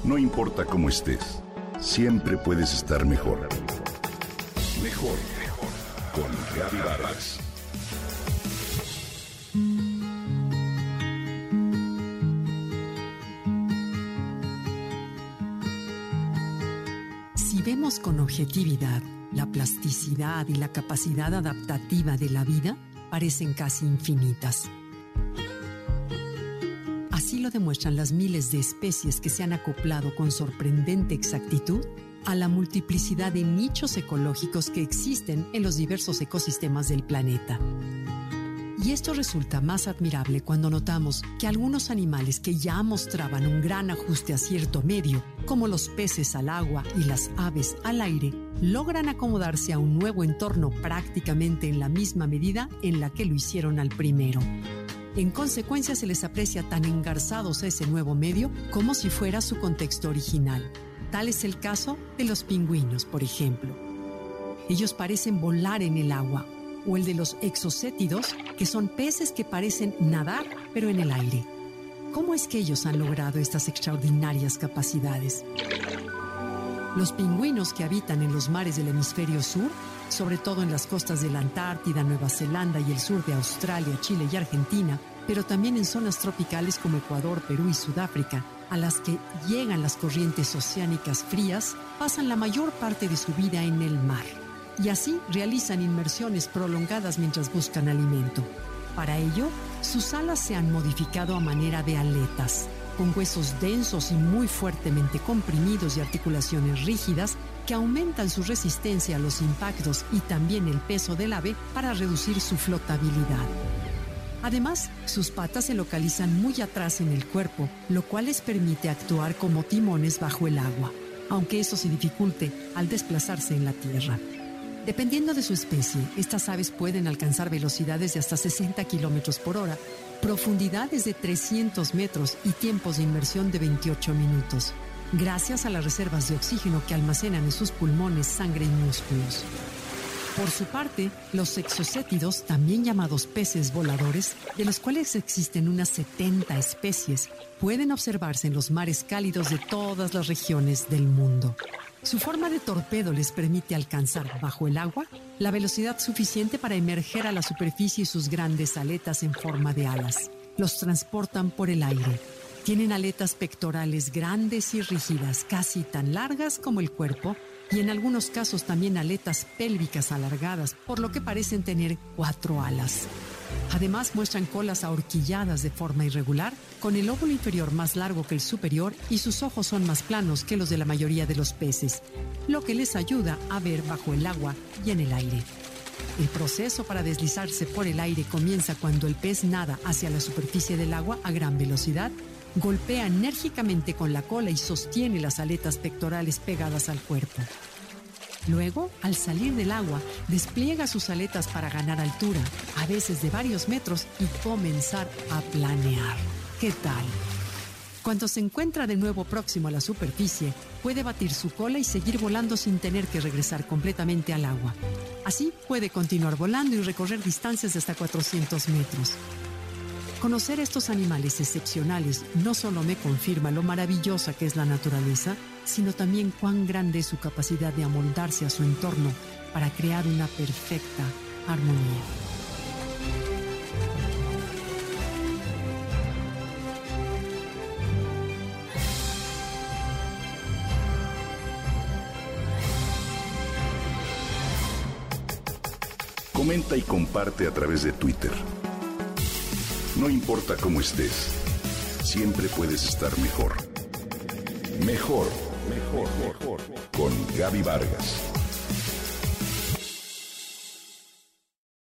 No importa cómo estés, siempre puedes estar mejor. Mejor, mejor. Con Gaby Vargas. Si vemos con objetividad, la plasticidad y la capacidad adaptativa de la vida parecen casi infinitas. Así lo demuestran las miles de especies que se han acoplado con sorprendente exactitud a la multiplicidad de nichos ecológicos que existen en los diversos ecosistemas del planeta. Y esto resulta más admirable cuando notamos que algunos animales que ya mostraban un gran ajuste a cierto medio, como los peces al agua y las aves al aire, logran acomodarse a un nuevo entorno prácticamente en la misma medida en la que lo hicieron al primero. En consecuencia, se les aprecia tan engarzados a ese nuevo medio como si fuera su contexto original. Tal es el caso de los pingüinos, por ejemplo. Ellos parecen volar en el agua, o el de los exocétidos, que son peces que parecen nadar, pero en el aire. ¿Cómo es que ellos han logrado estas extraordinarias capacidades? Los pingüinos que habitan en los mares del hemisferio sur, sobre todo en las costas de la Antártida, Nueva Zelanda y el sur de Australia, Chile y Argentina, pero también en zonas tropicales como Ecuador, Perú y Sudáfrica, a las que llegan las corrientes oceánicas frías, pasan la mayor parte de su vida en el mar. Y así realizan inmersiones prolongadas mientras buscan alimento. Para ello, sus alas se han modificado a manera de aletas, con huesos densos y muy fuertemente comprimidos y articulaciones rígidas que aumentan su resistencia a los impactos y también el peso del ave para reducir su flotabilidad. Además, sus patas se localizan muy atrás en el cuerpo, lo cual les permite actuar como timones bajo el agua, aunque eso se dificulte al desplazarse en la tierra. Dependiendo de su especie, estas aves pueden alcanzar velocidades de hasta 60 kilómetros por hora, profundidades de 300 metros y tiempos de inmersión de 28 minutos, gracias a las reservas de oxígeno que almacenan en sus pulmones, sangre y músculos. Por su parte, los exocétidos, también llamados peces voladores, de los cuales existen unas 70 especies, pueden observarse en los mares cálidos de todas las regiones del mundo. Su forma de torpedo les permite alcanzar, bajo el agua, la velocidad suficiente para emerger a la superficie y sus grandes aletas en forma de alas los transportan por el aire. Tienen aletas pectorales grandes y rígidas, casi tan largas como el cuerpo, y en algunos casos también aletas pélvicas alargadas, por lo que parecen tener 4 alas. Además, muestran colas ahorquilladas de forma irregular, con el óvulo inferior más largo que el superior y sus ojos son más planos que los de la mayoría de los peces, lo que les ayuda a ver bajo el agua y en el aire. El proceso para deslizarse por el aire comienza cuando el pez nada hacia la superficie del agua a gran velocidad, golpea enérgicamente con la cola y sostiene las aletas pectorales pegadas al cuerpo. Luego, al salir del agua, despliega sus aletas para ganar altura, a veces de varios metros, y comenzar a planear. ¿Qué tal? Cuando se encuentra de nuevo próximo a la superficie, puede batir su cola y seguir volando sin tener que regresar completamente al agua. Así puede continuar volando y recorrer distancias de hasta 400 metros. Conocer estos animales excepcionales no solo me confirma lo maravillosa que es la naturaleza, sino también cuán grande es su capacidad de amoldarse a su entorno para crear una perfecta armonía. Comenta y comparte a través de Twitter. No importa cómo estés, siempre puedes estar mejor. Mejor, mejor, mejor. Con Gaby Vargas.